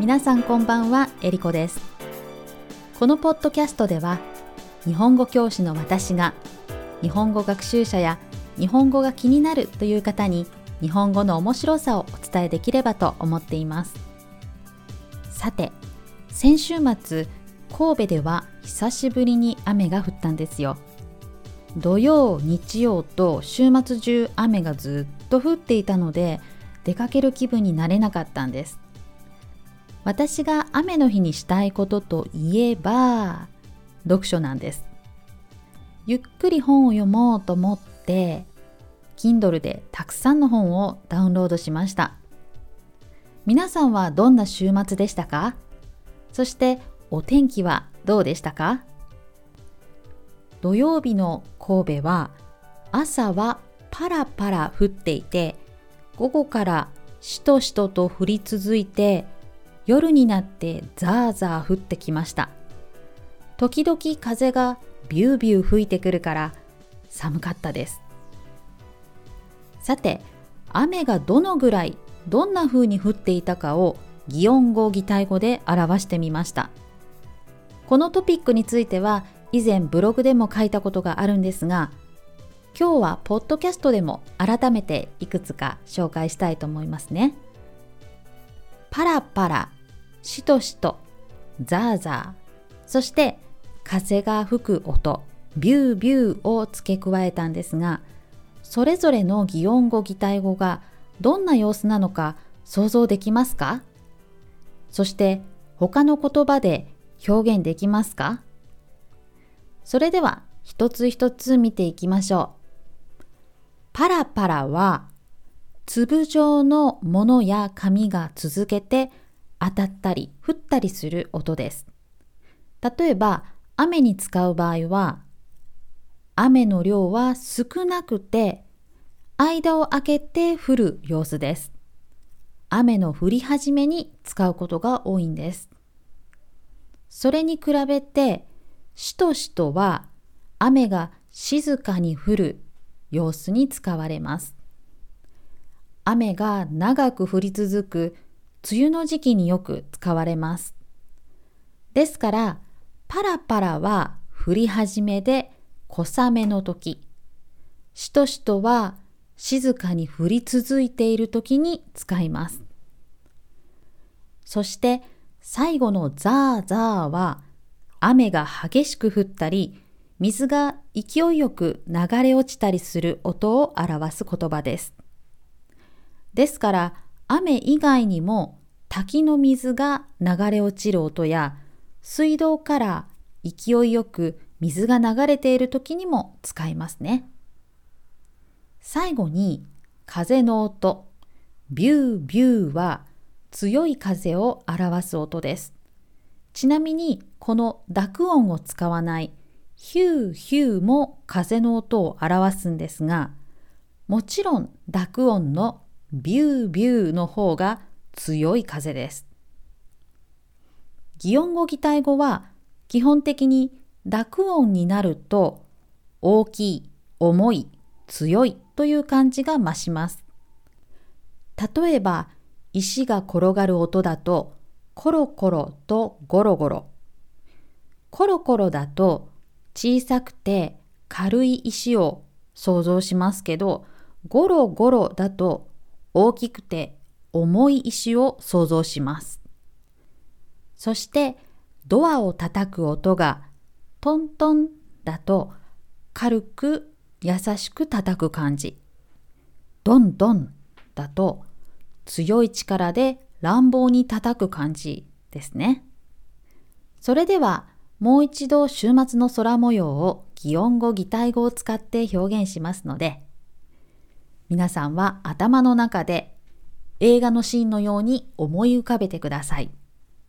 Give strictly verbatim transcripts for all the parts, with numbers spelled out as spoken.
皆さんこんばんは、えりこです。このポッドキャストでは、日本語教師の私が日本語学習者や日本語が気になるという方に日本語の面白さをお伝えできればと思っています。さて、先週末神戸では久しぶりに雨が降ったんですよ。土曜、日曜と週末中雨がずっと降っていたので、出かける気分になれなかったんです。私が雨の日にしたいことといえば読書なんです。ゆっくり本を読もうと思って Kindle でたくさんの本をダウンロードしました。皆さんはどんな週末でしたか？そしてお天気はどうでしたか？土曜日の神戸は朝はパラパラ降っていて、午後からしとしとと降り続いて、夜になってザーザー降ってきました。時々風がビュービュー吹いてくるから寒かったです。さて、雨がどのぐらい、どんな風に降っていたかを擬音語・擬態語で表してみました。このトピックについては以前ブログでも書いたことがあるんですが、今日はポッドキャストでも改めていくつか紹介したいと思いますね。パラパラ、しとしと、ザーザー、そして風が吹く音、ビュービューを付け加えたんですが、それぞれの擬音語・擬態語がどんな様子なのか想像できますか？そして他の言葉で表現できますか？それでは一つ一つ見ていきましょう。パラパラは粒状のものや紙が続けて当たったり降ったりする音です。例えば雨に使う場合は、雨の量は少なくて間を空けて降る様子です。雨の降り始めに使うことが多いんです。それに比べてしとしとは雨が静かに降る様子に使われます。雨が長く降り続く梅雨の時期によく使われます。ですから、パラパラは降り始めで小雨の時、しとしとは静かに降り続いている時に使います。そして最後のザーザーは雨が激しく降ったり、水が勢いよく流れ落ちたりする音を表す言葉です。ですから、雨以外にも滝の水が流れ落ちる音や、水道から勢いよく水が流れている時にも使いますね。最後に風の音、ビュービューは強い風を表す音です。ちなみにこの濁音を使わないヒューヒューも風の音を表すんですが、もちろん濁音のビュービューの方が強い風です。擬音語・擬態語は基本的に濁音になると大きい、重い、強いという感じが増します。例えば石が転がる音だとコロコロとゴロゴロ。コロコロだと小さくて軽い石を想像しますけど、ゴロゴロだと大きくて重い石を想像します。そしてドアを叩く音がトントンだと軽く優しく叩く感じ。ドンドンだと強い力で乱暴に叩く感じですね。それではもう一度週末の空模様を擬音語・擬態語を使って表現しますので、皆さんは頭の中で映画のシーンのように思い浮かべてください。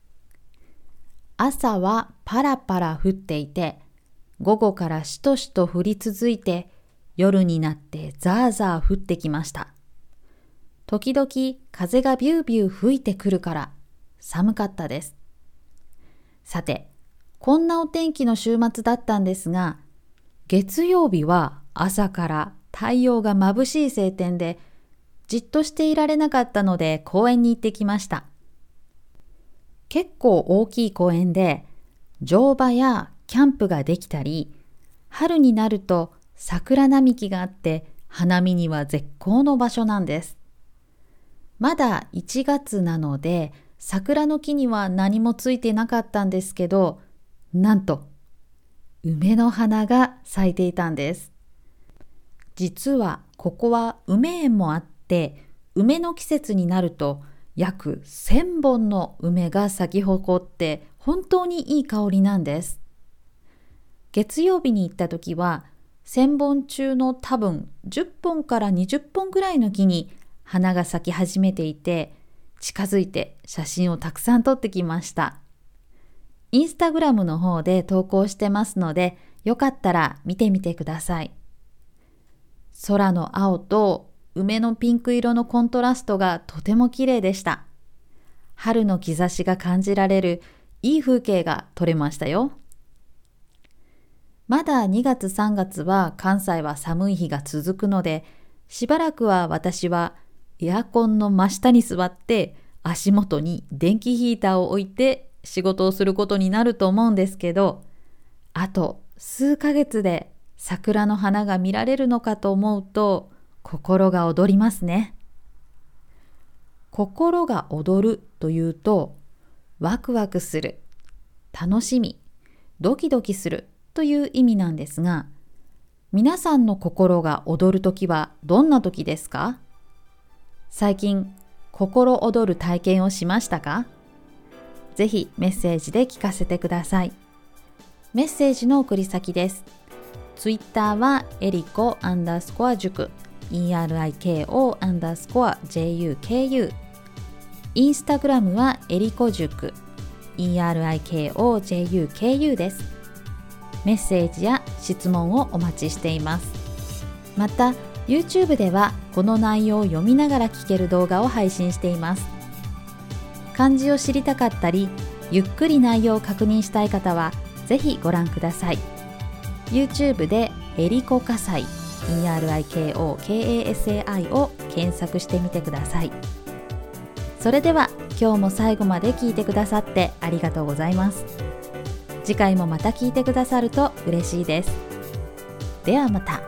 朝はパラパラ降っていて、午後からしとしと降り続いて、夜になってザーザー降ってきました。時々風がビュービュー吹いてくるから寒かったです。さて、こんなお天気の週末だったんですが、月曜日は朝から太陽が眩しい晴天で、じっとしていられなかったので公園に行ってきました。 結構大きい公園で乗馬やキャンプができたり、春になると桜並木があって花見には絶好の場所なんです。まだいちがつなので桜の木には何もついてなかったんですけど、なんと梅の花が咲いていたんです。実はここは梅園もあって、梅の季節になると約せんぼんの梅が咲き誇って本当にいい香りなんです。月曜日に行った時はせんぼん中の多分じゅっぽんからにじゅっぽんぐらいの木に花が咲き始めていて、近づいて写真をたくさん撮ってきました。インスタグラムの方で投稿してますので、よかったら見てみてください。空の青と梅のピンク色のコントラストがとても綺麗でした。春の兆しが感じられるいい風景が撮れましたよ。まだにがつさんがつは関西は寒い日が続くので、しばらくは私はエアコンの真下に座って足元に電気ヒーターを置いて仕事をすることになると思うんですけど、あと数ヶ月で桜の花が見られるのかと思うと心が躍りますね。心が躍るというと、ワクワクする、楽しみ、ドキドキするという意味なんですが、皆さんの心が躍るときはどんなときですか？最近心躍る体験をしましたか？ぜひメッセージで聞かせてください。メッセージの送り先です。ツイッターはエリコアンダースコア塾 イーアールアイケーオー アンダースコア ジェイユーケーユー、 インスタグラムはエリコ塾 イーアールアイケーオー ジェイユーケーユー です。メッセージや質問をお待ちしています。また YouTube ではこの内容を読みながら聞ける動画を配信しています。漢字を知りたかったり、ゆっくり内容を確認したい方はぜひご覧ください。YouTube でエリコカサイ イーアールアイケーオーケーエーエスエーアイ を検索してみてください。それでは今日も最後まで聞いてくださってありがとうございます。次回もまた聞いてくださると嬉しいです。ではまた。